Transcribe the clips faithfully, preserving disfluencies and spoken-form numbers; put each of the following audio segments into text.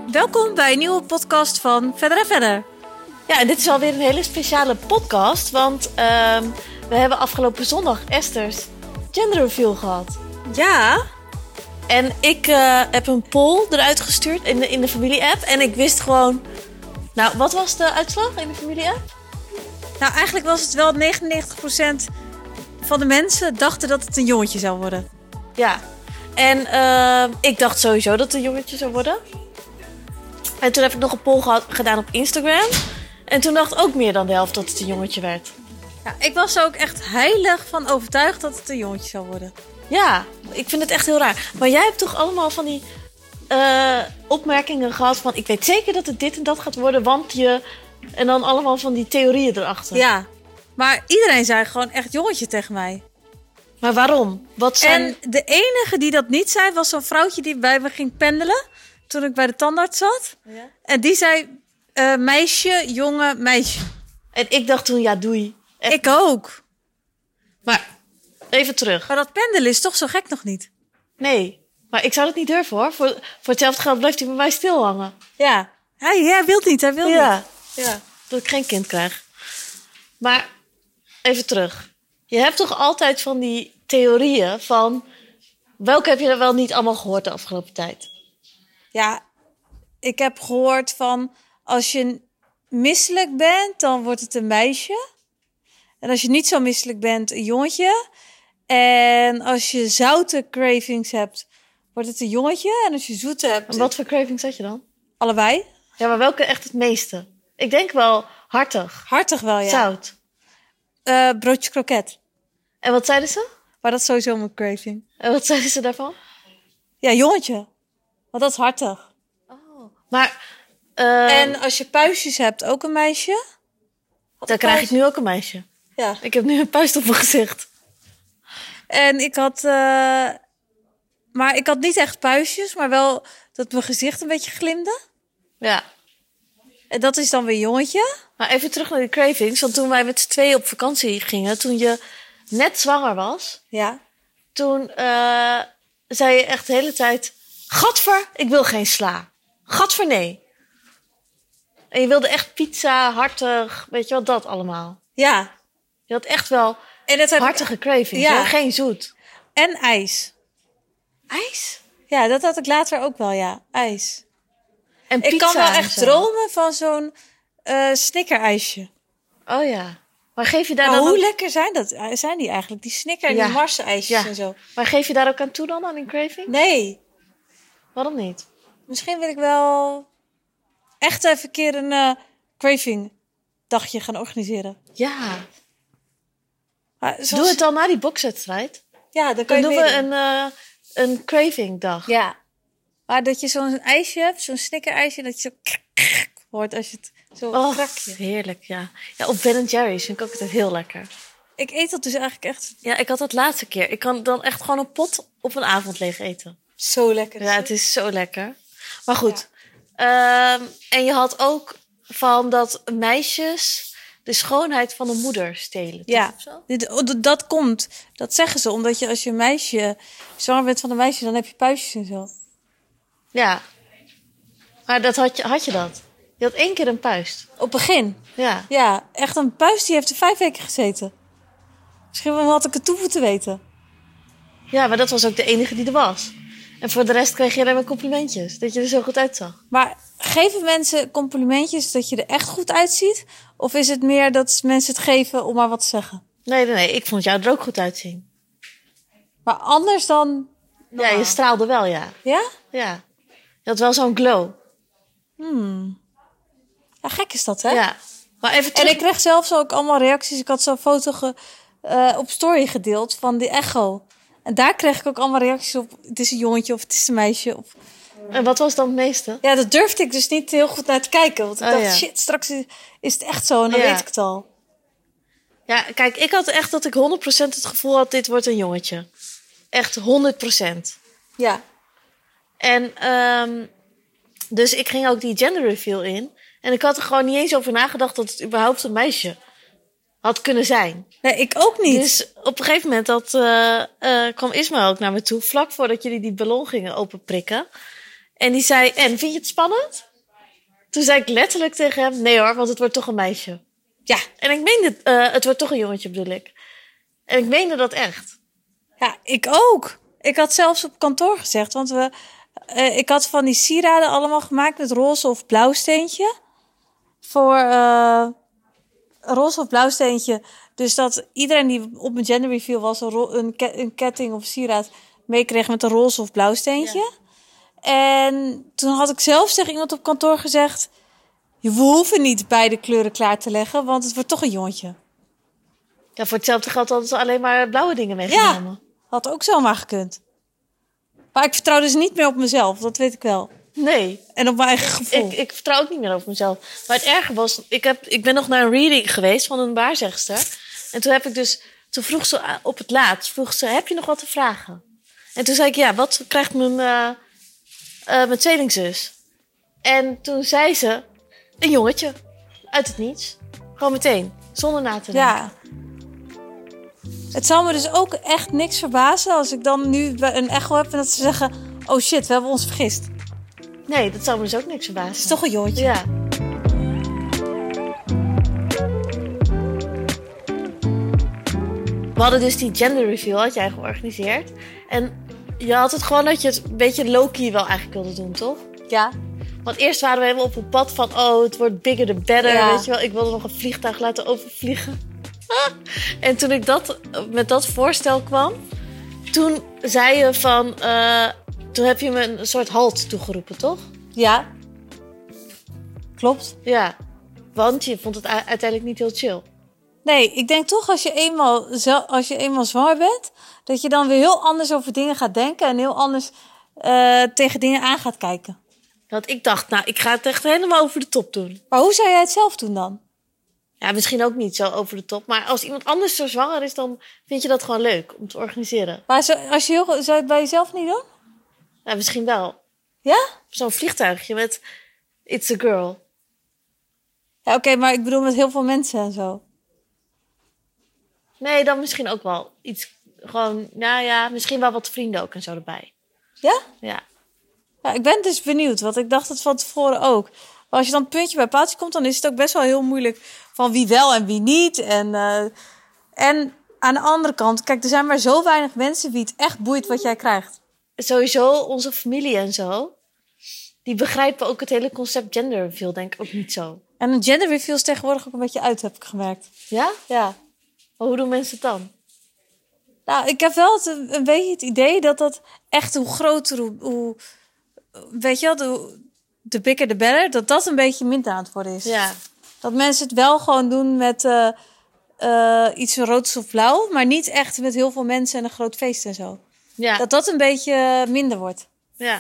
Welkom bij een nieuwe podcast van Verder en Verder. Ja, en dit is alweer een hele speciale podcast, want uh, we hebben afgelopen zondag Esther's gender reveal gehad. Ja. En ik uh, heb een poll eruit gestuurd in de, in de familie-app en ik wist gewoon... Nou, wat was de uitslag in de familie-app? Nou, eigenlijk was het wel negenennegentig procent van de mensen dachten dat het een jongetje zou worden. Ja, en uh, ik dacht sowieso dat het een jongetje zou worden. En toen heb ik nog een poll gehad, gedaan op Instagram. En toen dacht ook meer dan de helft dat het een jongetje werd. Ja, ik was er ook echt heilig van overtuigd dat het een jongetje zou worden. Ja, ik vind het echt heel raar. Maar jij hebt toch allemaal van die uh, opmerkingen gehad van... ik weet zeker dat het dit en dat gaat worden, want je... En dan allemaal van die theorieën erachter. Ja, maar iedereen zei gewoon echt jongetje tegen mij. Maar waarom? Wat zijn... En de enige die dat niet zei was zo'n vrouwtje die bij me ging pendelen... toen ik bij de tandarts zat. Ja. En die zei uh, meisje, jongen, meisje. En ik dacht toen, ja doei. Echt. Ik ook. Maar even terug. Maar dat pendelen is toch zo gek nog niet? Nee, maar ik zou dat niet durven hoor. Voor, voor hetzelfde geld blijft hij bij mij stilhangen. Ja, hij, hij wil niet, hij wil ja. niet. Ja, dat ik geen kind krijg. Maar even terug. Je hebt toch altijd van die theorieën van... welke heb je er wel niet allemaal gehoord de afgelopen tijd? Ja, ik heb gehoord van... als je misselijk bent, dan wordt het een meisje. En als je niet zo misselijk bent, een jongetje. En als je zoute cravings hebt, wordt het een jongetje. En als je zoete hebt... En wat voor cravings had je dan? Allebei. Ja, maar welke echt het meeste? Ik denk wel hartig. Hartig wel, ja. Zout. Uh, broodje kroket. En wat zeiden ze? Maar dat is sowieso mijn craving. En wat zeiden ze daarvan? Ja, jongetje. Want dat is hartig. Oh. Maar... Uh... En als je puistjes hebt, ook een meisje? Wat dan krijg ik nu ook een meisje. Ja. Ik heb nu een puist op mijn gezicht. En ik had... Uh... Maar ik had niet echt puistjes, maar wel dat mijn gezicht een beetje glimde. Ja. En dat is dan weer jongetje. Maar even terug naar de cravings. Want toen wij met z'n tweeën op vakantie gingen, toen je net zwanger was... Ja. Toen uh, zei je echt de hele tijd... Gadver, ik wil geen sla. Gadver, nee. En je wilde echt pizza, hartig, weet je wat, dat allemaal. Ja. Je had echt wel en het hartige ik... cravings, ja. Geen zoet. En ijs. IJs? Ja, dat had ik later ook wel, ja. IJs. En pizza. Ik kan wel echt dromen van zo'n uh, snickerijsje. Oh ja. Maar geef je daar maar dan hoe ook... lekker zijn dat? Zijn die eigenlijk? Die snicker en ja. die Mars-ijsjes ja. en zo. Maar geef je daar ook aan toe dan, aan een craving? Nee. Waarom niet? Misschien wil ik wel echt even een keer een uh, craving dagje gaan organiseren. Ja. Maar, zoals... Doe het dan na die bokswedstrijd. Ja, dan kan dan je doen we een, uh, een craving dag. Ja. Maar dat je zo'n ijsje hebt, zo'n snickerijsje, dat je zo hoort als je het zo oh, krakje. Heerlijk, ja. Ja, op Ben en Jerry's vind ik ook altijd heel lekker. Ik eet dat dus eigenlijk echt. Ja, ik had dat laatste keer. Ik kan dan echt gewoon een pot op een avond leeg eten. Zo lekker. Ja, het is zo lekker. Maar goed. Ja. Um, en je had ook van dat meisjes de schoonheid van de moeder stelen. Ja, dit, dat komt. Dat zeggen ze. Omdat je als je een meisje zwanger bent van een meisje, dan heb je puistjes en zo. Ja. Maar dat had je, had je dat? Je had één keer een puist. Op het begin? Ja. Ja, echt een puist die heeft er vijf weken gezeten. Misschien had ik het toe moeten weten. Ja, maar dat was ook de enige die er was. En voor de rest kreeg je alleen maar complimentjes. Dat je er zo goed uitzag. Maar geven mensen complimentjes dat je er echt goed uitziet? Of is het meer dat mensen het geven om maar wat te zeggen? Nee, nee, nee. Ik vond jou er ook goed uitzien. Maar anders dan... Ja, je straalde wel, ja. Ja? Ja. Je had wel zo'n glow. Hmm. Ja, gek is dat, hè? Ja. Maar even terug... En ik kreeg zelfs ook allemaal reacties. Ik had zo'n foto ge, uh, op story gedeeld van die echo. En daar kreeg ik ook allemaal reacties op. Het is een jongetje of het is een meisje. Of... En wat was dan het meeste? Ja, dat durfde ik dus niet heel goed naar te kijken. Want ik oh, dacht, ja. shit, straks is het echt zo. En dan ja. weet ik het al. Ja, kijk, ik had echt dat ik honderd procent het gevoel had, dit wordt een jongetje. Echt honderd procent. Ja. En um, dus ik ging ook die gender reveal in. En ik had er gewoon niet eens over nagedacht dat het überhaupt een meisje had kunnen zijn. Nee, ik ook niet. Dus op een gegeven moment dat, uh, uh, kwam Ismaël ook naar me toe, vlak voordat jullie die ballon gingen openprikken. En die zei, en, vind je het spannend? Toen zei ik letterlijk tegen hem, nee hoor, want het wordt toch een meisje. Ja. En ik meende, uh, het wordt toch een jongetje bedoel ik. En ik meende dat echt. Ja, ik ook. Ik had zelfs op kantoor gezegd, want we, uh, ik had van die sieraden allemaal gemaakt met roze of blauw steentje. Voor uh, roze of blauw steentje. Dus dat iedereen die op mijn gender reveal was, een, ro- een, ke- een ketting of een sieraad meekreeg met een roze of blauw steentje. Ja. En toen had ik zelfs tegen iemand op kantoor gezegd, we hoeven niet beide kleuren klaar te leggen, want het wordt toch een jongetje. Ja, voor hetzelfde geld hadden ze alleen maar blauwe dingen meegenomen. Ja, had ook zomaar gekund. Maar ik vertrouw dus niet meer op mezelf, dat weet ik wel. Nee. En op mijn eigen gevoel. Ik, ik vertrouw ook niet meer op mezelf. Maar het erge was, ik, heb, ik ben nog naar een reading geweest van een waarzegster. En toen heb ik dus, toen vroeg ze op het laatst, vroeg ze, heb je nog wat te vragen? En toen zei ik, ja, wat krijgt mijn, uh, uh, mijn tweelingzus? En toen zei ze, een jongetje. Uit het niets. Gewoon meteen. Zonder na te denken. Ja. Het zal me dus ook echt niks verbazen als ik dan nu een echo heb en dat ze zeggen, oh shit, we hebben ons vergist. Nee, dat zou me dus ook niks verbazen. Het is toch een jongetje. Ja. We hadden dus die gender reveal, had jij georganiseerd. En je had het gewoon dat je het een beetje low-key wel eigenlijk wilde doen, toch? Ja. Want eerst waren we helemaal op een pad van, oh, het wordt bigger the better, ja. weet je wel. Ik wilde nog een vliegtuig laten overvliegen. En toen ik dat, met dat voorstel kwam, toen zei je van, uh, toen heb je me een soort halt toegeroepen, toch? Ja. Klopt. Ja, want je vond het u- uiteindelijk niet heel chill. Nee, ik denk toch als je eenmaal, als je eenmaal zwanger bent, dat je dan weer heel anders over dingen gaat denken en heel anders uh, tegen dingen aan gaat kijken. Want ik dacht, nou, ik ga het echt helemaal over de top doen. Maar hoe zou jij het zelf doen dan? Ja, misschien ook niet zo over de top. Maar als iemand anders zo zwanger is, dan vind je dat gewoon leuk om te organiseren. Maar zo, als je heel, zou je het bij jezelf niet doen? Ja, misschien wel. Ja? Zo'n vliegtuigje met It's a Girl. Ja, oké, okay, maar ik bedoel met heel veel mensen en zo. Nee, dan misschien ook wel iets. Gewoon, nou ja, misschien wel wat vrienden ook en zo erbij. Ja? Ja. Ja, ik ben dus benieuwd, want ik dacht het van tevoren ook. Maar als je dan puntje bij paaltje komt, dan is het ook best wel heel moeilijk van wie wel en wie niet. En, uh, en aan de andere kant, kijk, er zijn maar zo weinig mensen wie het echt boeit wat jij krijgt. Sowieso onze familie en zo, die begrijpen ook het hele concept gender reveal, denk ik ook niet zo. En een gender reveal is tegenwoordig ook een beetje uit, heb ik gemerkt. Ja? Ja. Maar hoe doen mensen het dan? Nou, ik heb wel het, een beetje het idee dat dat echt hoe groter, hoe, hoe weet je wel, de, de bigger the better, dat dat een beetje minder aan het worden is. Ja. Dat mensen het wel gewoon doen met uh, uh, iets roods of blauw, maar niet echt met heel veel mensen en een groot feest en zo. Ja. Dat dat een beetje minder wordt. Ja.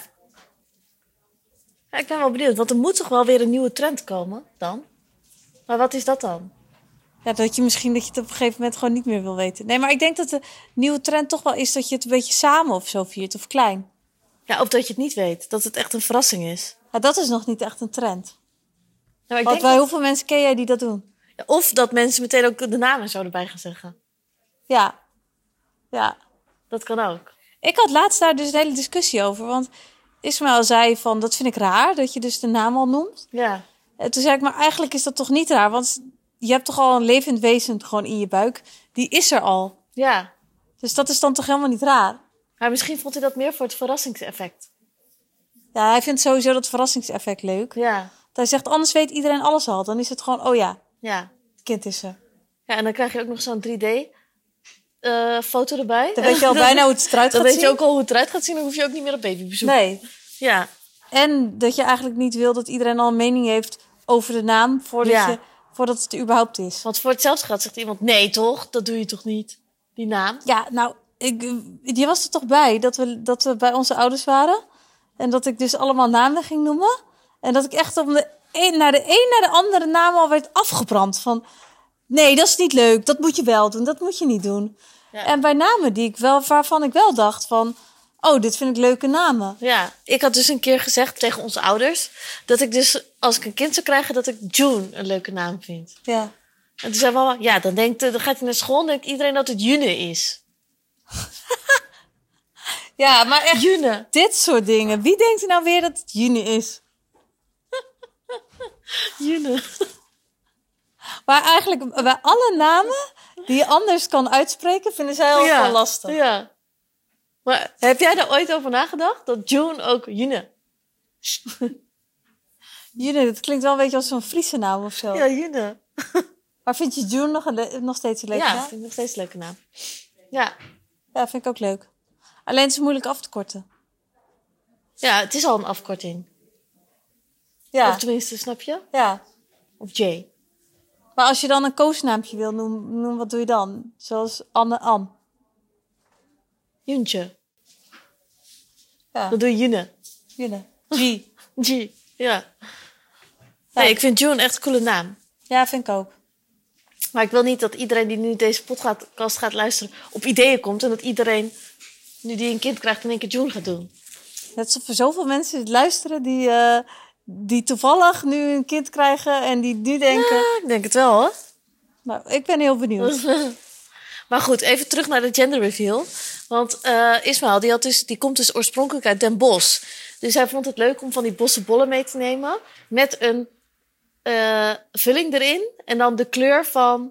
Ja, ik ben wel benieuwd, want er moet toch wel weer een nieuwe trend komen dan? Maar wat is dat dan? Ja, dat je misschien dat je het op een gegeven moment gewoon niet meer wil weten. Nee, maar ik denk dat de nieuwe trend toch wel is dat je het een beetje samen of zo viert, of klein. Ja, of dat je het niet weet, dat het echt een verrassing is. Ja, dat is nog niet echt een trend. Nou, ik Want denk bij dat... hoeveel mensen ken jij die dat doen? Of dat mensen meteen ook de namen zo erbij gaan zeggen. Ja. Ja. Dat kan ook. Ik had laatst daar dus een hele discussie over. Want Ismaël zei van, dat vind ik raar, dat je dus de naam al noemt. Ja. En toen zei ik, maar eigenlijk is dat toch niet raar? Want je hebt toch al een levend wezen gewoon in je buik. Die is er al. Ja. Dus dat is dan toch helemaal niet raar? Maar misschien vond hij dat meer voor het verrassingseffect. Ja, hij vindt sowieso dat verrassingseffect leuk. Ja. Hij zegt, anders weet iedereen alles al. Dan is het gewoon, oh ja, Ja. het kind is er. Ja, en dan krijg je ook nog zo'n drie D uh, foto erbij. Dan weet je al bijna hoe het eruit dan gaat weet zien. je ook al hoe het eruit gaat zien. Dan hoef je ook niet meer op babybezoek. Nee. Ja. En dat je eigenlijk niet wil dat iedereen al een mening heeft over de naam voordat, Ja. je, voordat het er überhaupt is. Want voor hetzelfde geld zegt iemand, nee toch? Dat doe je toch niet? Die naam? Ja, nou, ik, je was er toch bij dat we, dat we bij onze ouders waren. En dat ik dus allemaal namen ging noemen. En dat ik echt op de een, naar de een naar de andere naam al werd afgebrand. Van, nee, dat is niet leuk. Dat moet je wel doen. Dat moet je niet doen. Ja. En bij namen die ik wel, waarvan ik wel dacht van, oh, dit vind ik leuke namen. Ja, ik had dus een keer gezegd tegen onze ouders dat ik dus, als ik een kind zou krijgen, dat ik June een leuke naam vind. Ja. En toen zei mama, ja, dan, denkt, dan gaat hij naar school en denkt iedereen dat het June is. Ja, maar echt June. dit soort dingen. Wie denkt er nou weer dat het juni is? June. Maar eigenlijk, bij alle namen die je anders kan uitspreken, vinden zij al Ja. wel lastig. Ja. Maar heb jij daar ooit over nagedacht? Dat June ook June. Juni, dat klinkt wel een beetje als zo'n Friese naam of zo. Ja, June. Maar vind je June nog, een le- nog steeds een leuke Ja, naam? vind ik nog steeds een leuke naam. Ja. Ja, vind ik ook leuk. Alleen het is moeilijk af te korten. Ja, het is al een afkorting. Ja, Of tenminste, snap je? ja. Of J. Maar als je dan een koosnaampje wil noemen, noem, wat doe je dan? Zoals Anne-An. Juntje. Ja, Dat doe je June. June. G. G. Ja. Nee, ik vind June echt een coole naam. Ja, vind ik ook. Maar ik wil niet dat iedereen die nu deze podcast gaat luisteren op ideeën komt. En dat iedereen, nu die een kind krijgt, in één keer June gaat doen. Net alsof er zoveel mensen die luisteren die, eh, die toevallig nu een kind krijgen en die nu denken... Ja, ik denk het wel, hoor. Nou, ik ben heel benieuwd. Maar goed, even terug naar de gender reveal. Want uh, Ismaël, die, had dus, die komt dus oorspronkelijk uit Den Bosch. Dus hij vond het leuk om van die bossenbollen mee te nemen. Met een uh, vulling erin. En dan de kleur van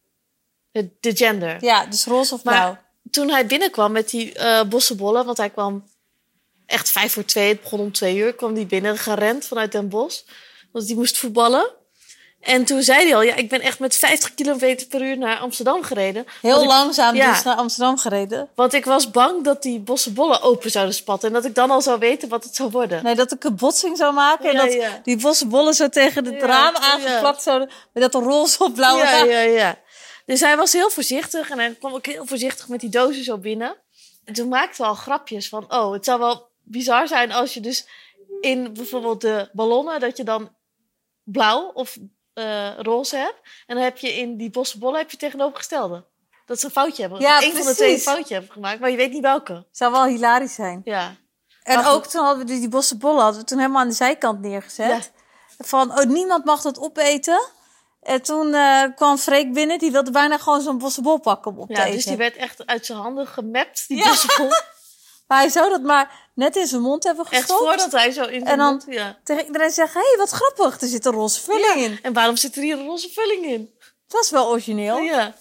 de, de gender. Ja, dus roze of blauw. Maar toen hij binnenkwam met die uh, bossenbollen... Want hij kwam echt vijf voor twee. Het begon om twee uur. Kwam hij binnen, gerend vanuit Den Bosch. Want die moest voetballen. En toen zei hij al, ja, ik ben echt met vijftig kilometer per uur naar Amsterdam gereden. Heel ik, langzaam ja, dus naar Amsterdam gereden. Want ik was bang dat die bossenbollen open zouden spatten. En dat ik dan al zou weten wat het zou worden. Nee, dat ik een botsing zou maken. En Ja, dat ja. die bossenbollen zo tegen het Ja, raam aangeplakt ja. zouden. Met dat roze of blauwe Ja, raam. ja, ja. Dus hij was heel voorzichtig. En hij kwam ook heel voorzichtig met die dozen zo binnen. En toen maakte we al grapjes van... Oh, het zou wel bizar zijn als je dus in bijvoorbeeld de ballonnen... dat je dan blauw of uh, roze hebt. En dan heb je in die bossenbollen heb je tegenovergestelde. Dat ze een foutje hebben. Ja, dat een van de twee een foutje hebben gemaakt. Maar je weet niet welke. Zou wel hilarisch zijn. Ja. En Maar ook goed. toen hadden we dus die bossenbollen hadden we toen helemaal aan de zijkant neergezet. Ja. Van, oh, niemand mag dat opeten. En toen uh, kwam Freek binnen. Die wilde bijna gewoon zo'n bossenbol pakken om op te Ja, eten. dus die werd echt uit zijn handen gemapt, die Ja. bossenbol. Maar hij zou dat maar net in zijn mond hebben gestopt. Echt voordat hij zo in zijn En dan mond... Ja. tegen iedereen zeggen, hé, hey, wat grappig. Er zit een roze vulling in. En waarom zit er hier een roze vulling in? Dat is wel origineel. Ja.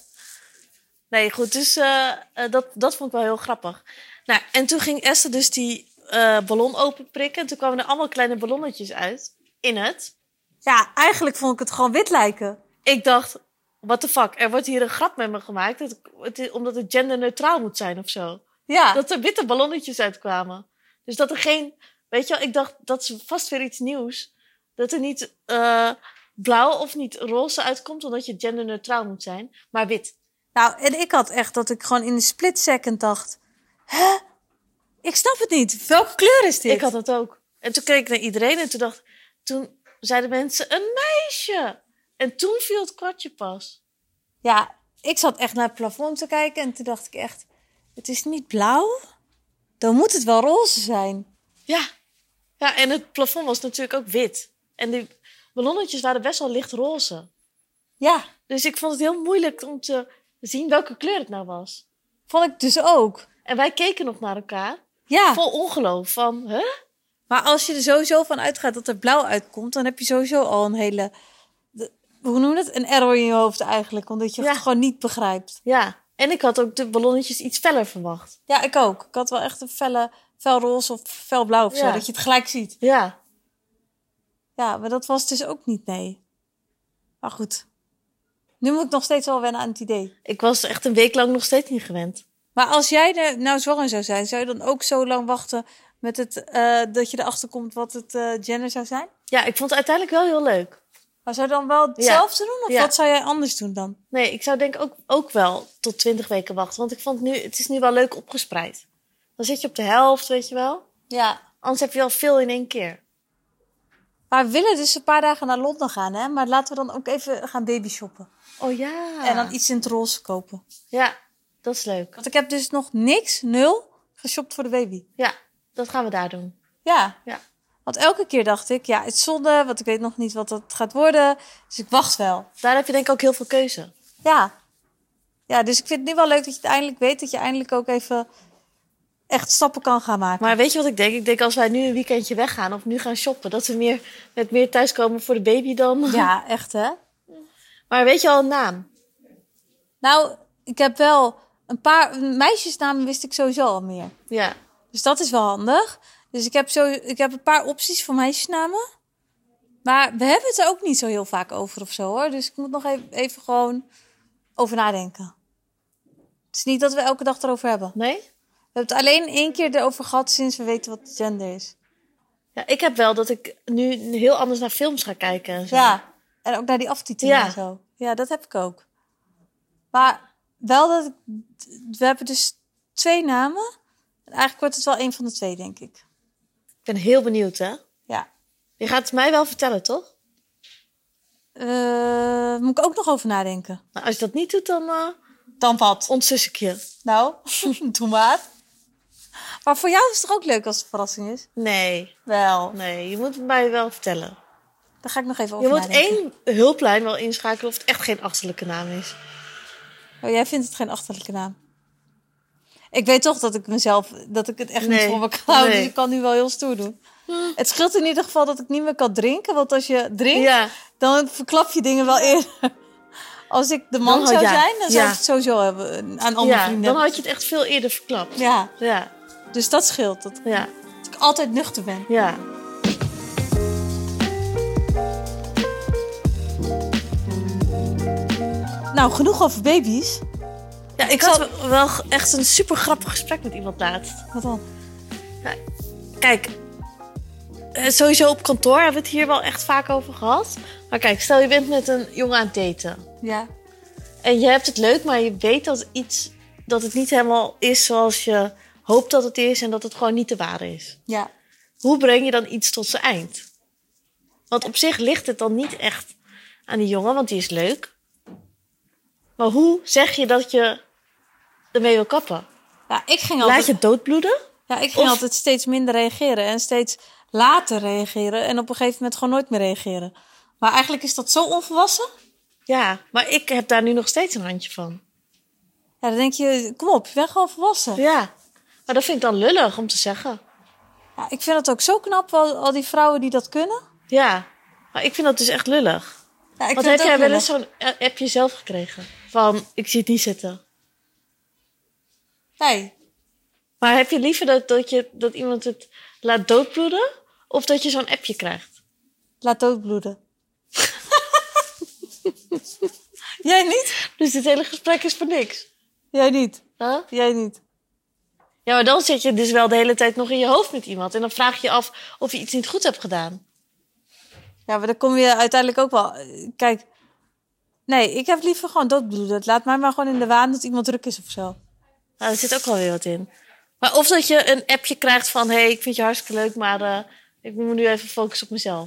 Nee, goed. Dus uh, uh, dat, dat vond ik wel heel grappig. Nou, en toen ging Esther dus die uh, ballon openprikken. En toen kwamen er allemaal kleine ballonnetjes uit. In het. Ja, eigenlijk vond ik het gewoon wit lijken. Ik dacht, what the fuck? Er wordt hier een grap met me gemaakt. Het, het is, omdat het genderneutraal moet zijn of zo. Ja. Dat er witte ballonnetjes uitkwamen. Dus dat er geen... Weet je wel, ik dacht, dat is vast weer iets nieuws. Dat er niet uh, blauw of niet roze uitkomt, omdat je genderneutraal moet zijn. Maar wit. Nou, en ik had echt dat ik gewoon in een split second dacht... Hè? Ik snap het niet. Welke kleur is dit? Ik had het ook. En toen keek ik naar iedereen en toen dacht... Toen zeiden mensen, een meisje! En toen viel het kwartje pas. Ja, ik zat echt naar het plafond te kijken en toen dacht ik echt... Het is niet blauw? Dan moet het wel roze zijn. Ja. Ja, en het plafond was natuurlijk ook wit. En die ballonnetjes waren best wel licht roze. Ja, Dus ik vond het heel moeilijk om te zien welke kleur het nou was. vond ik dus ook. En wij keken nog naar elkaar. Ja, Vol ongeloof van, hè? maar als je er sowieso van uitgaat dat er blauw uitkomt... dan heb je sowieso al een hele... De, hoe noem je het? Een error in je hoofd eigenlijk. Omdat je Ja. het gewoon niet begrijpt. Ja. En ik had ook de ballonnetjes iets feller verwacht. Ja, ik ook. Ik had wel echt een felle, fel roze of fel blauw of zo. Ja. Dat je het gelijk ziet. Ja. Ja, maar dat was dus ook niet, nee. Maar goed. Nu moet ik nog steeds wel wennen aan het idee. Ik was echt een week lang nog steeds niet gewend. Maar als jij er nou zwanger zou zijn, zou je dan ook zo lang wachten met het, uh, dat je erachter komt wat het uh, gender zou zijn? Ja, ik vond het uiteindelijk wel heel leuk. Maar zou je dan wel hetzelfde doen? Of Ja. wat zou jij anders doen dan? Nee, ik zou denk ik ook, ook wel tot twintig weken wachten. Want ik vond nu, het is nu wel leuk opgespreid. Dan zit je op de helft, weet je wel. Ja. Anders heb je wel veel in één keer. Maar we willen dus een paar dagen naar Londen gaan, hè? Maar laten we dan ook even gaan babyshoppen. Oh ja. En dan iets in het roze kopen. Ja, dat is leuk. Want ik heb dus nog niks, nul, geshopt voor de baby. Ja, dat gaan we daar doen. Ja. Ja. Want elke keer dacht ik, ja, het is zonde, want ik weet nog niet wat het gaat worden. Dus ik wacht wel. Daar heb je denk ik ook heel veel keuze. Ja. Ja, dus ik vind het nu wel leuk dat je het eindelijk weet. Dat je eindelijk ook even, echt stappen kan gaan maken. Maar weet je wat ik denk? Ik denk als wij nu een weekendje weggaan of nu gaan shoppen... dat we meer, met meer thuiskomen voor de baby dan. Ja, echt hè? Maar weet je al een naam? Nou, ik heb wel een paar... Meisjesnamen wist ik sowieso al meer. Ja. Dus dat is wel handig. Dus ik heb, zo, ik heb een paar opties voor meisjesnamen. Maar we hebben het er ook niet zo heel vaak over of zo hoor. Dus ik moet nog even, even gewoon over nadenken. Het is niet dat we elke dag erover hebben. Nee? We hebben het alleen één keer erover gehad sinds we weten wat gender is. Ja, ik heb wel dat ik nu heel anders naar films ga kijken en zo. Ja, en ook naar die aftiteling Ja. en zo. Ja, dat heb ik ook. Maar wel dat ik... We hebben dus twee namen. En eigenlijk wordt het wel één van de twee, denk ik. Ik ben heel benieuwd, hè? Ja. Je gaat het mij wel vertellen, toch? Uh, moet ik ook nog over nadenken. Nou, als je dat niet doet, dan uh, Dan wat? ontsus ik je. Nou, doe maar. Maar voor jou is het toch ook leuk als het een verrassing is? Nee, Wel. nee, je moet het mij wel vertellen. Daar ga ik nog even over Je moet nadenken. één hulplijn wel inschakelen of het echt geen achterlijke naam is. Oh, jij vindt het geen achterlijke naam? Ik weet toch dat ik mezelf, dat ik het echt Nee, niet voor me kan houden. nee. Dus ik kan nu wel heel stoer doen. Het scheelt in ieder geval dat ik niet meer kan drinken. Want als je drinkt, Ja, dan verklap je dingen wel eerder. Als ik de man Dan- zou ja, zijn, dan zou ja. ik het sowieso hebben aan andere ja vrienden. dan had je het echt veel eerder verklapt. Ja, Ja, dus dat scheelt. Dat, ja, dat ik altijd nuchter ben. ja. Nou, genoeg over baby's. Ja, ik Ik had zal- wel echt een super grappig gesprek met iemand laatst. Wat dan? Kijk, eh, sowieso op kantoor hebben we het hier wel echt vaak over gehad. Maar kijk, stel je bent met een jongen aan het daten. Ja. En je hebt het leuk, maar je weet dat iets dat het niet helemaal is zoals je hoopt dat het is. En dat het gewoon niet de ware is. Ja. Hoe breng je dan iets tot zijn eind? Want op zich ligt het dan niet echt aan die jongen, want die is leuk. Maar hoe zeg je dat je ermee wil kappen? Ja, ik ging altijd... Laat je het doodbloeden? Ja, ik ging Of- altijd steeds minder reageren en steeds later reageren en op een gegeven moment gewoon nooit meer reageren. Maar eigenlijk is dat zo onvolwassen. Ja, maar ik heb daar nu nog steeds een handje van. Ja, dan denk je, kom op, je bent gewoon volwassen. Ja, Ja, maar dat vind ik dan lullig om te zeggen. ik vind het ook zo knap, al, al die vrouwen die dat kunnen. Ja, maar ik vind dat dus echt lullig. Ja, ik Want vind heb het ook jij wel eens lullig. zo'n a- appje zelf gekregen? Van, ik zie het niet zitten. Nee. Maar heb je liever dat, dat, je, dat iemand het laat doodbloeden? Of dat je zo'n appje krijgt? Laat doodbloeden. Jij niet? Dus dit hele gesprek is voor niks. Jij niet. Huh? Jij niet. Ja, maar dan zit je dus wel de hele tijd nog in je hoofd met iemand. En dan vraag je je af of je iets niet goed hebt gedaan. Ja, maar dan kom je uiteindelijk ook wel... Kijk, nee, ik heb liever gewoon doodbloeden. Laat mij maar gewoon in de waan dat iemand druk is of zo. Nou, daar zit ook wel weer wat in. Maar of dat je een appje krijgt van... hé, hey, ik vind je hartstikke leuk, maar uh, ik moet nu even focussen op mezelf.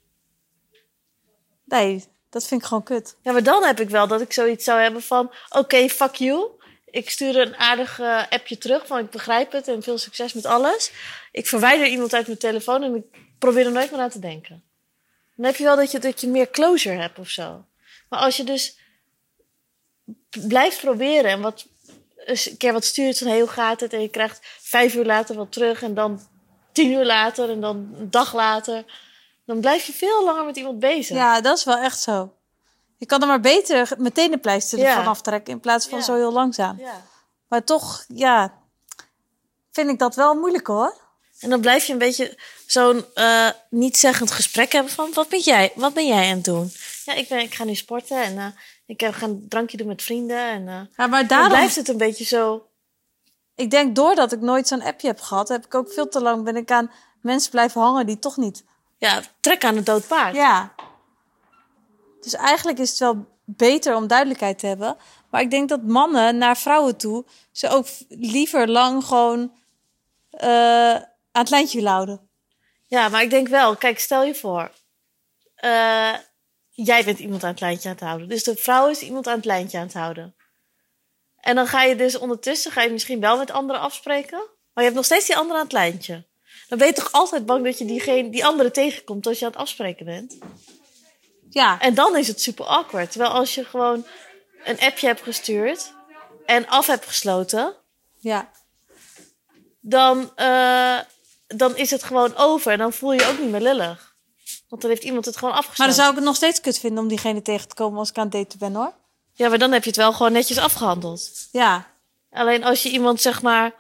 Nee, dat vind ik gewoon kut. Ja, maar dan heb ik wel dat ik zoiets zou hebben van... oké, okay, fuck you. Ik stuur een aardig uh, appje terug van ik begrijp het... en veel succes met alles. Ik verwijder iemand uit mijn telefoon... en ik probeer er nooit meer aan te denken. Dan heb je wel dat je, dat je meer closure hebt of zo. Maar als je dus blijft proberen... en wat, eens een keer wat stuurt van heel gaat het... en je krijgt vijf uur later wat terug... en dan tien uur later en dan een dag later... dan blijf je veel langer met iemand bezig. Ja, dat is wel echt zo. Je kan er maar beter meteen de pleister Ja. ervan aftrekken... in plaats van Ja. zo heel langzaam. Ja. Maar toch, ja, vind ik dat wel moeilijk hoor. En dan blijf je een beetje zo'n uh, niet-zeggend gesprek hebben van... Wat ben jij, wat ben jij aan het doen? Ja, ik, ben, ik ga nu sporten en uh, ik ga een drankje doen met vrienden. En, uh, Ja, maar dan daarom, blijft het een beetje zo... ik denk doordat ik nooit zo'n appje heb gehad... heb ik ook veel te lang ben ik aan mensen blijven hangen die toch niet... Ja, trek aan het dood paard. Ja. Dus eigenlijk is het wel beter om duidelijkheid te hebben. Maar ik denk dat mannen naar vrouwen toe... ze ook liever lang gewoon uh, aan het lijntje willen houden. Ja, maar ik denk wel... Kijk, stel je voor... Uh, jij bent iemand aan het lijntje aan het houden. Dus de vrouw is iemand aan het lijntje aan het houden. En dan ga je dus ondertussen... ga je misschien wel met anderen afspreken... maar je hebt nog steeds die andere aan het lijntje. Dan ben je toch altijd bang dat je diegene, die andere tegenkomt... als je aan het afspreken bent. Ja. En dan is het super awkward. Terwijl als je gewoon een appje hebt gestuurd... en af hebt gesloten... Ja. dan, uh, dan is het gewoon over. En dan voel je je ook niet meer lullig. Want dan heeft iemand het gewoon afgesloten. Maar dan zou ik het nog steeds kut vinden om diegene tegen te komen als ik aan het daten ben, hoor. Ja, maar dan heb je het wel gewoon netjes afgehandeld. Ja. Alleen als je iemand, zeg maar,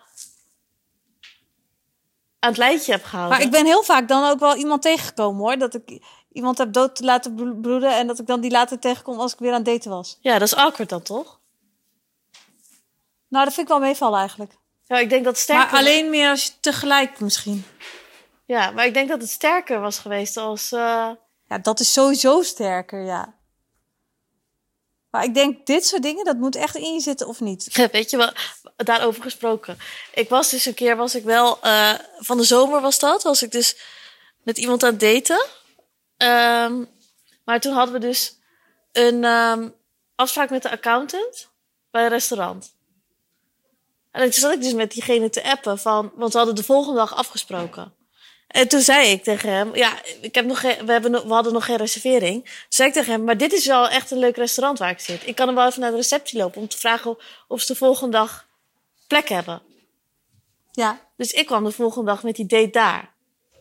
aan het lijntje hebt gehouden. Maar ik ben heel vaak dan ook wel iemand tegengekomen, hoor. Dat ik iemand heb dood te laten bloeden en dat ik dan die later tegenkom als ik weer aan het daten was. Ja, dat is awkward dan, toch? Nou, dat vind ik wel meevallen eigenlijk. Ja, ik denk dat het sterker... Maar alleen meer als je tegelijk misschien. Ja, maar ik denk dat het sterker was geweest als... Uh... Ja, dat is sowieso sterker, ja. Maar ik denk, dit soort dingen, dat moet echt in je zitten of niet. Ja, weet je wel, daarover gesproken. Ik was dus een keer, was ik wel... Uh, van de zomer was dat. Was ik dus met iemand aan het daten. Um, maar toen hadden we dus een um, afspraak met de accountant bij een restaurant. En toen zat ik dus met diegene te appen van... Want we hadden de volgende dag afgesproken. En toen zei ik tegen hem... Ja, ik heb nog geen, we, hebben, we hadden nog geen reservering. Toen zei ik tegen hem... Maar dit is wel echt een leuk restaurant waar ik zit. Ik kan hem wel even naar de receptie lopen... om te vragen of ze de volgende dag plek hebben. Ja. Dus ik kwam de volgende dag met die date daar.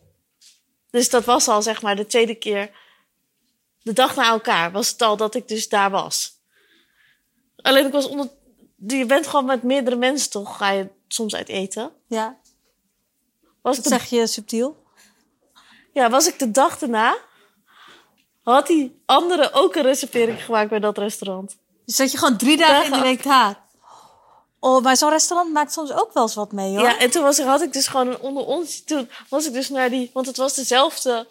Dus dat was al, zeg maar, de tweede keer... De dag na elkaar was het al dat ik dus daar was. Alleen ik was onder... Je bent gewoon met meerdere mensen toch, ga je soms uit eten. Ja. Was dat de... zeg je subtiel. Ja, was ik de dag daarna... had die andere ook een reservering gemaakt bij dat restaurant. Dus zat je gewoon drie dagen, dagen in de week daar. Oh, maar zo'n restaurant maakt soms ook wel eens wat mee, hoor. Ja, en toen was ik, had ik dus gewoon een onder ons... Toen was ik dus naar die... Want het was dezelfde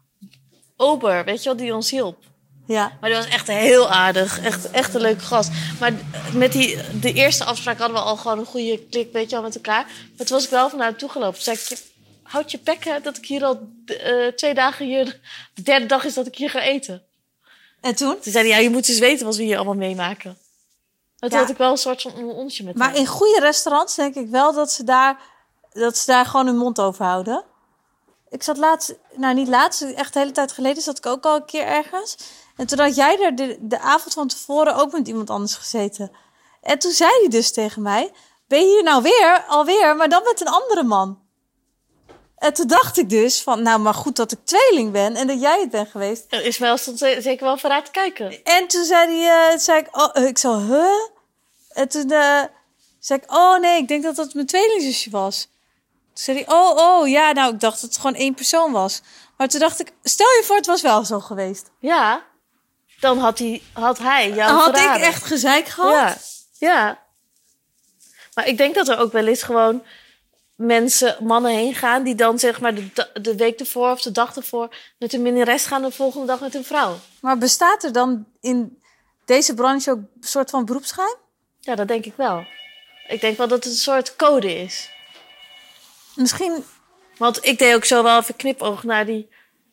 ober, weet je wel, die ons hielp. Ja. Maar die was echt heel aardig. Echt, echt een leuke gast. Maar met die, de eerste afspraak hadden we al gewoon een goede klik, weet je wel, met elkaar. Maar toen was ik wel van naar hem toegelopen. Toen zei ik, houd je bekken dat ik hier al uh, twee dagen hier... De derde dag is dat ik hier ga eten. En toen? Toen zei hij, ja, je moet dus weten wat we hier allemaal meemaken. En toen ja. had ik wel een soort van onsje met Maar hem. in goede restaurants denk ik wel dat ze daar, dat ze daar gewoon hun mond over houden. Ik zat laatst, nou niet laatst, echt de hele tijd geleden zat ik ook al een keer ergens. En toen had jij er de, de avond van tevoren ook met iemand anders gezeten. En toen zei hij dus tegen mij, ben je hier nou weer, alweer, maar dan met een andere man. En toen dacht ik dus van, nou maar goed dat ik tweeling ben en dat jij het bent geweest. Ja, Ismaël stond zeker wel vooruit te kijken. En toen zei hij, uh, zei ik, oh, ik zo, huh? En toen uh, zei ik, oh nee, ik denk dat dat mijn tweelingzusje was. Toen zei hij, oh, oh, ja, nou, ik dacht dat het gewoon één persoon was. Maar toen dacht ik, stel je voor, het was wel zo geweest. Ja, dan had hij, had hij jou Dan had verraden. ik echt gezeik gehad. Ja, ja. Maar ik denk dat er ook wel eens gewoon mensen, mannen heen gaan... die dan zeg maar de, de week ervoor of de dag ervoor... met een minnares gaan de volgende dag met een vrouw. Maar bestaat er dan in deze branche ook een soort van beroepsgeheim? Ja, dat denk ik wel. Ik denk wel dat het een soort code is. Misschien... Want ik deed ook zo wel even knipoog naar die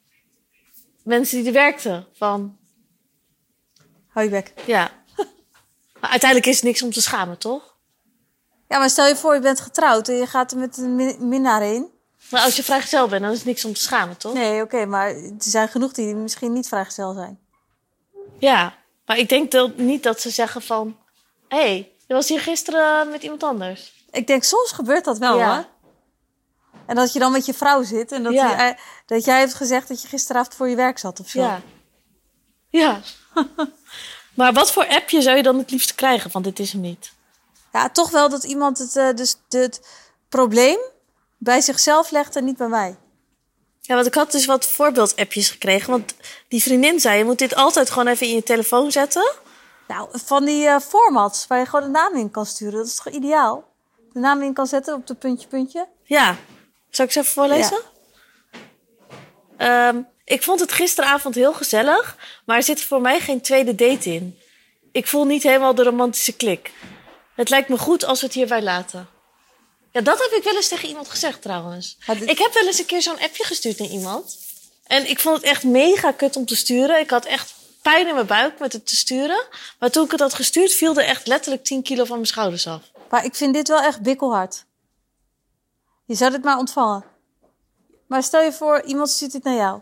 mensen die er werkten. Van... Hou je bek. Ja. Maar uiteindelijk is het niks om te schamen, toch? Ja, maar stel je voor, je bent getrouwd en je gaat er met een min- minnaar heen. Maar als je vrijgezel bent, dan is het niks om te schamen, toch? Nee, oké, okay, maar er zijn genoeg die misschien niet vrijgezel zijn. Ja, maar ik denk dat niet dat ze zeggen van... Hé, hey, je was hier gisteren met iemand anders. Ik denk, soms gebeurt dat wel, ja. hoor. En dat je dan met je vrouw zit en dat, ja. je, dat jij hebt gezegd dat je gisteravond voor je werk zat of zo. Ja. Ja. Maar wat voor appje zou je dan het liefst krijgen? Want dit is hem niet. Ja, toch wel dat iemand het, uh, dus het probleem bij zichzelf legt en niet bij mij. Ja, want ik had dus wat voorbeeldappjes gekregen. Want die vriendin zei, je moet dit altijd gewoon even in je telefoon zetten. Nou, van die uh, formats waar je gewoon de naam in kan sturen. Dat is toch ideaal? De naam in kan zetten op de puntje, puntje. Ja. Zal ik ze even voorlezen? Ja. Um, ik vond het gisteravond heel gezellig. Maar er zit voor mij geen tweede date in. Ik voel niet helemaal de romantische klik. Het lijkt me goed als we het hierbij laten. Ja, dat heb ik wel eens tegen iemand gezegd trouwens. Dit... Ik heb wel eens een keer zo'n appje gestuurd naar iemand. En ik vond het echt mega kut om te sturen. Ik had echt pijn in mijn buik met het te sturen. Maar toen ik het had gestuurd, viel er echt letterlijk tien kilo van mijn schouders af. Maar ik vind dit wel echt bikkelhard. Je zou dit maar ontvangen. Maar stel je voor, iemand stuurt dit naar jou.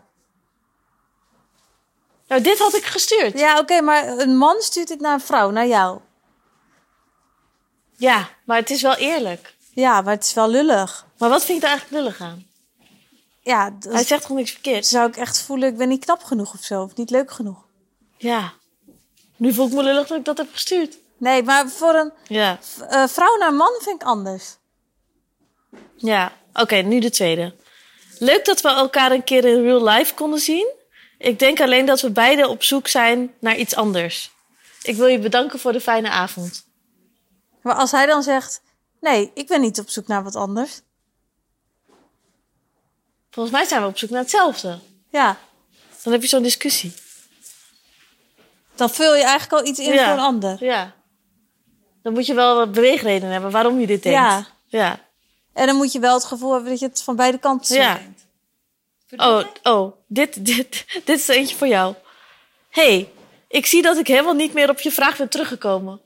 Nou, dit had ik gestuurd. Ja, oké, okay, maar een man stuurt dit naar een vrouw, naar jou. Ja, maar het is wel eerlijk. Ja, maar het is wel lullig. Maar wat vind je er eigenlijk lullig aan? Ja, dat Hij zegt gewoon niks verkeerds. zou ik echt voelen, ik ben niet knap genoeg of zo. Of niet leuk genoeg. Ja. Nu voel ik me lullig dat ik dat heb gestuurd. Nee, maar voor een Ja. uh, vrouw naar man vind ik anders. Ja. Oké, okay, nu de tweede. Leuk dat we elkaar een keer in real life konden zien. Ik denk alleen dat we beiden op zoek zijn naar iets anders. Ik wil je bedanken voor de fijne avond. Maar als hij dan zegt... Nee, ik ben niet op zoek naar wat anders. Volgens mij zijn we op zoek naar hetzelfde. Ja. Dan heb je zo'n discussie. Dan vul je eigenlijk al iets in ja. voor een ander. Ja. Dan moet je wel wat beweegredenen hebben waarom je dit denkt. Ja. Ja. En dan moet je wel het gevoel hebben dat je het van beide kanten zo ja. denkt. Oh, oh dit, dit, dit is er eentje voor jou. Hey, ik zie dat ik helemaal niet meer op je vraag ben teruggekomen.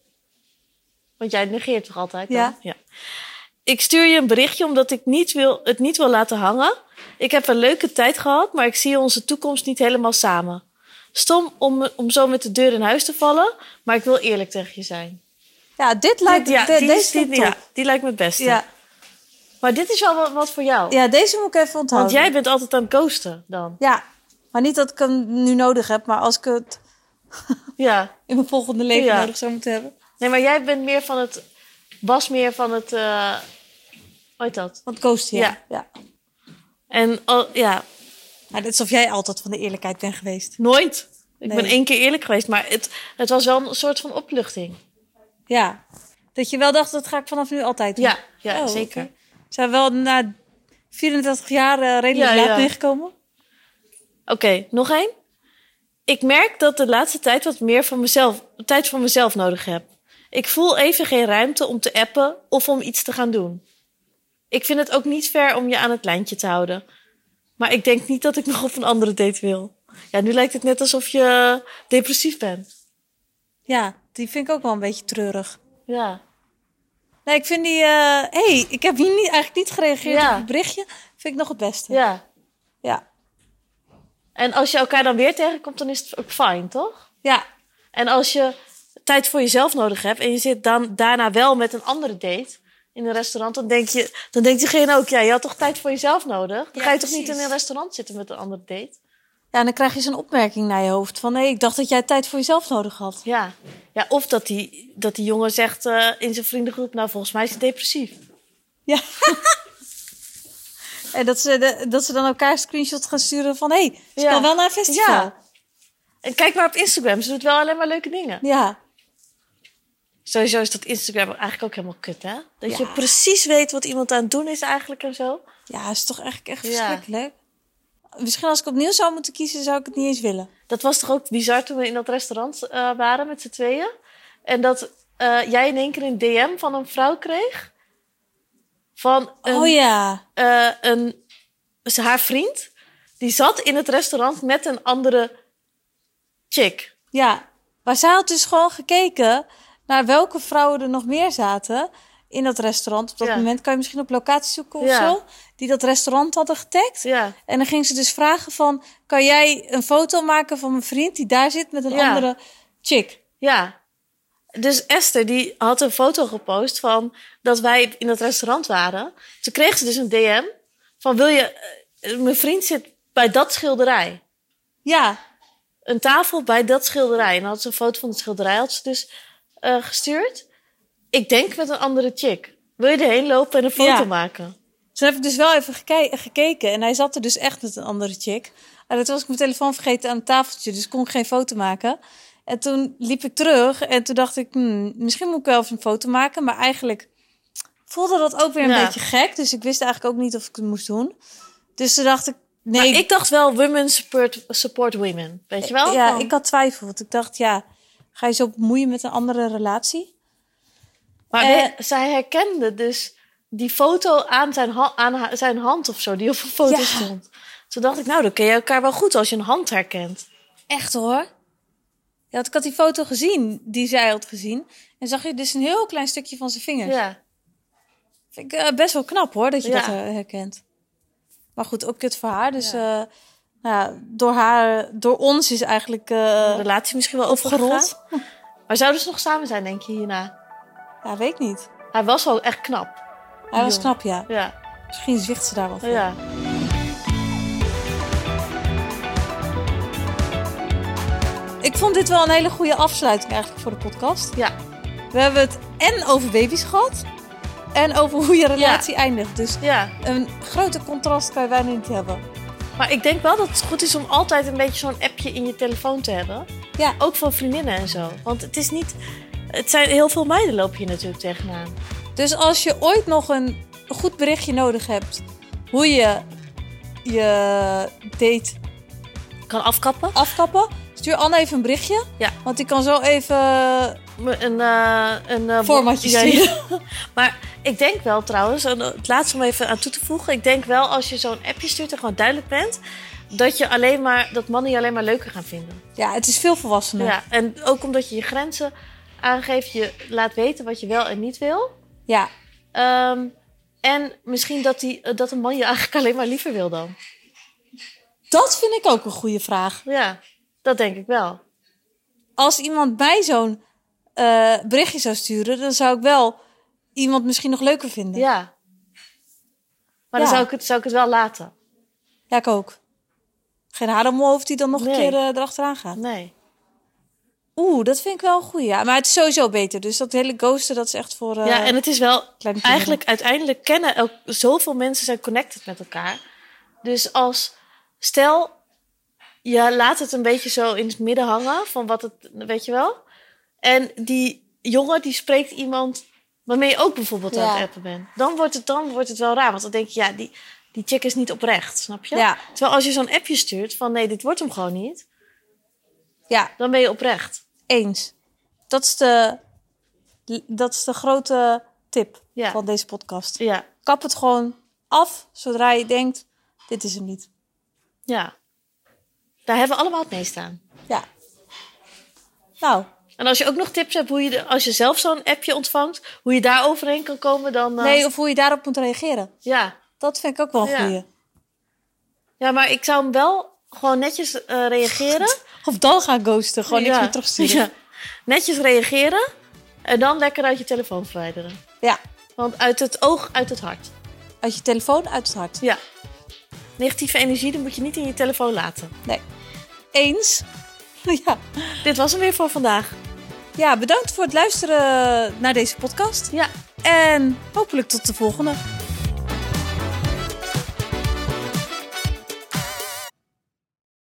Want jij negeert toch altijd? Dan? Ja. ja. Ik stuur je een berichtje omdat ik niet wil, het niet wil laten hangen. Ik heb een leuke tijd gehad, maar ik zie onze toekomst niet helemaal samen. Stom om, om zo met de deur in huis te vallen, maar ik wil eerlijk tegen je zijn. Ja, dit lijkt dit, ja, de, die, deze die, die, ja, die lijkt me het beste. Ja. Maar dit is wel wat, wat voor jou. Ja, deze moet ik even onthouden. Want jij bent altijd aan het ghosten dan. Ja, maar niet dat ik hem nu nodig heb, maar als ik het ja. in mijn volgende leven ja. nodig zou moeten hebben. Nee, maar jij bent meer van het... Was meer van het... Uh, hoe heet dat? Want ghosten, ja. ja. ja. En oh, ja... Maar net alsof jij altijd van de eerlijkheid bent geweest. Nooit. Ik nee. ben één keer eerlijk geweest, maar het, het was wel een soort van opluchting. Ja. Dat je wel dacht, dat ga ik vanaf nu altijd doen. Ja, ja oh, zeker. Okay. Zijn we wel na vierentachtig jaar uh, redelijk ja, laat ja. meegekomen? Oké, okay, nog één. Ik merk dat de laatste tijd wat meer van mezelf, tijd voor mezelf nodig heb. Ik voel even geen ruimte om te appen of om iets te gaan doen. Ik vind het ook niet fair om je aan het lijntje te houden. Maar ik denk niet dat ik nog op een andere date wil. Ja, nu lijkt het net alsof je depressief bent. Ja, die vind ik ook wel een beetje treurig. Ja. Nee, ik vind die... Hé, uh, hey, ik heb hier niet, eigenlijk niet gereageerd ja. op het berichtje. Vind ik nog het beste. Ja. Ja. En als je elkaar dan weer tegenkomt, dan is het ook fijn, toch? Ja. En als je tijd voor jezelf nodig hebt en je zit dan daarna wel met een andere date in een restaurant, dan denk je, dan denkt diegene ook, ja, je had toch tijd voor jezelf nodig? Dan ja, ga je precies. toch niet in een restaurant zitten met een andere date? Ja, en dan krijg je zo'n opmerking naar je hoofd van, hé, hey, ik dacht dat jij tijd voor jezelf nodig had. Ja, ja of dat die, dat die jongen zegt uh, in zijn vriendengroep, nou, volgens mij is hij depressief. Ja. En dat ze, de, dat ze dan elkaar screenshots gaan sturen van... hé, hey, ze ja. kan wel naar een festival. Ja. En kijk maar op Instagram. Ze doet wel alleen maar leuke dingen. Ja. Sowieso is dat Instagram eigenlijk ook helemaal kut, hè? Dat ja. je precies weet wat iemand aan het doen is eigenlijk en zo. Ja, is toch eigenlijk echt ja. verschrikkelijk. Misschien als ik opnieuw zou moeten kiezen, zou ik het niet eens willen. Dat was toch ook bizar toen we in dat restaurant uh, waren met z'n tweeën. En dat uh, jij in één keer een D M van een vrouw kreeg... Van een, oh ja. Uh, een, dus haar vriend, die zat in het restaurant met een andere chick. Ja, maar zij had dus gewoon gekeken naar welke vrouwen er nog meer zaten in dat restaurant. Op dat ja. moment kan je misschien op locatie zoeken of ja. zo. Die dat restaurant hadden getagd. Ja. En dan ging ze dus vragen van, kan jij een foto maken van mijn vriend die daar zit met een ja. andere chick? Ja. Dus Esther, die had een foto gepost van dat wij in dat restaurant waren. Toen kreeg ze dus een D M van, wil je... Uh, mijn vriend zit bij dat schilderij. Ja. Een tafel bij dat schilderij. En dan had ze een foto van het schilderij had ze dus uh, gestuurd. Ik denk met een andere chick. Wil je erheen lopen en een foto ja. maken? Toen heb ik dus wel even geke- gekeken. En hij zat er dus echt met een andere chick. En toen was ik mijn telefoon vergeten aan het tafeltje. Dus kon ik geen foto maken. En toen liep ik terug en toen dacht ik, hmm, misschien moet ik wel even een foto maken. Maar eigenlijk voelde dat ook weer een ja. beetje gek. Dus ik wist eigenlijk ook niet of ik het moest doen. Dus toen dacht ik, nee. Maar ik dacht wel, women support, support women. Weet je wel? Ja, Van... ik had twijfel. Want ik dacht, ja, ga je zo bemoeien met een andere relatie? Maar uh, we, zij herkende dus die foto aan zijn, ha- aan ha- zijn hand of zo, die op een foto ja. stond. Toen dacht ik, nou, dan ken je elkaar wel goed als je een hand herkent. Echt hoor. Ja, ik had die foto gezien, die zij had gezien. En zag je dus een heel klein stukje van zijn vingers. Ja. Vind ik uh, best wel knap hoor, dat je ja. dat uh, herkent. Maar goed, ook kut voor haar. Dus ja. Uh, nou, door haar, door ons is eigenlijk... Uh, de relatie misschien wel opgerold. Maar zouden ze nog samen zijn, denk je, hierna? Ja, weet ik niet. Hij was wel echt knap. Hij was Jong. knap, ja. Ja. Misschien zwicht ze daar wel voor. Ja. Ik vond dit wel een hele goede afsluiting eigenlijk voor de podcast. Ja. We hebben het en over baby's gehad. En over hoe je relatie eindigt. Dus Ja. een grote contrast kan je bijna niet hebben. Maar ik denk wel dat het goed is om altijd een beetje zo'n appje in je telefoon te hebben. Ja. Ook van vriendinnen en zo. Want het is niet... Het zijn heel veel meiden loop je natuurlijk tegenaan. Dus als je ooit nog een goed berichtje nodig hebt... hoe je je date Kan afkappen. afkappen... stuur Anne even een berichtje. Ja. Want die kan zo even... Een, uh, een uh, Formatje ja, sturen. ja. Maar ik denk wel trouwens, en het laatste om even aan toe te voegen. Ik denk wel als je zo'n appje stuurt en gewoon duidelijk bent... dat, je alleen maar, dat mannen je alleen maar leuker gaan vinden. Ja, het is veel volwassener. Ja, en ook omdat je je grenzen aangeeft. Je laat weten wat je wel en niet wil. Ja. Um, en misschien dat, die, dat een man je eigenlijk alleen maar liever wil dan. Dat vind ik ook een goede vraag. Ja, dat denk ik wel. Als iemand mij zo'n uh, berichtje zou sturen... dan zou ik wel iemand misschien nog leuker vinden. Ja. Maar Ja. dan zou ik, het, zou ik het wel laten. Ja, ik ook. Geen haar om mijn hoofd die dan nog Nee. een keer uh, erachteraan gaat. Nee. Oeh, dat vind ik wel een goeie. Ja, maar het is sowieso beter. Dus dat hele ghosten, dat is echt voor... Uh, Ja, en het is wel... kleine kinderen. Eigenlijk uiteindelijk kennen ook zoveel mensen zijn connected met elkaar. Dus als... Stel, je laat het een beetje zo in het midden hangen. Van wat het... Weet je wel? En die jongen die spreekt iemand... waarmee je ook bijvoorbeeld Ja. aan het appen bent. Dan wordt het, dan wordt het wel raar. Want dan denk je, ja, die, die chick is niet oprecht. Snap je? Ja. Terwijl als je zo'n appje stuurt van... nee, dit wordt hem gewoon niet. Ja, Dan ben je oprecht. eens. Dat is de, dat is de grote tip Ja. van deze podcast. Ja. Kap het gewoon af zodra je denkt, dit is hem niet. Ja. Daar hebben we allemaal het meest aan. Ja. Nou, En als je ook nog tips hebt hoe je, de- als je zelf zo'n appje ontvangt, hoe je daar overheen kan komen, dan... uh, nee, of hoe je daarop moet reageren. Ja. Dat vind ik ook wel een Ja. goeie. Ja, maar ik zou hem wel gewoon netjes uh, reageren. Of dan gaan ghosten, gewoon niks Ja. meer terugsturen. Ja. Netjes reageren en dan lekker uit je telefoon verwijderen. Ja, Want uit het oog, uit het hart. uit je telefoon, uit het hart. Ja. Negatieve energie, die moet je niet in je telefoon laten. Nee. Eens. Ja. Dit was hem weer voor vandaag. Ja, bedankt voor het luisteren naar deze podcast. Ja. En hopelijk tot de volgende.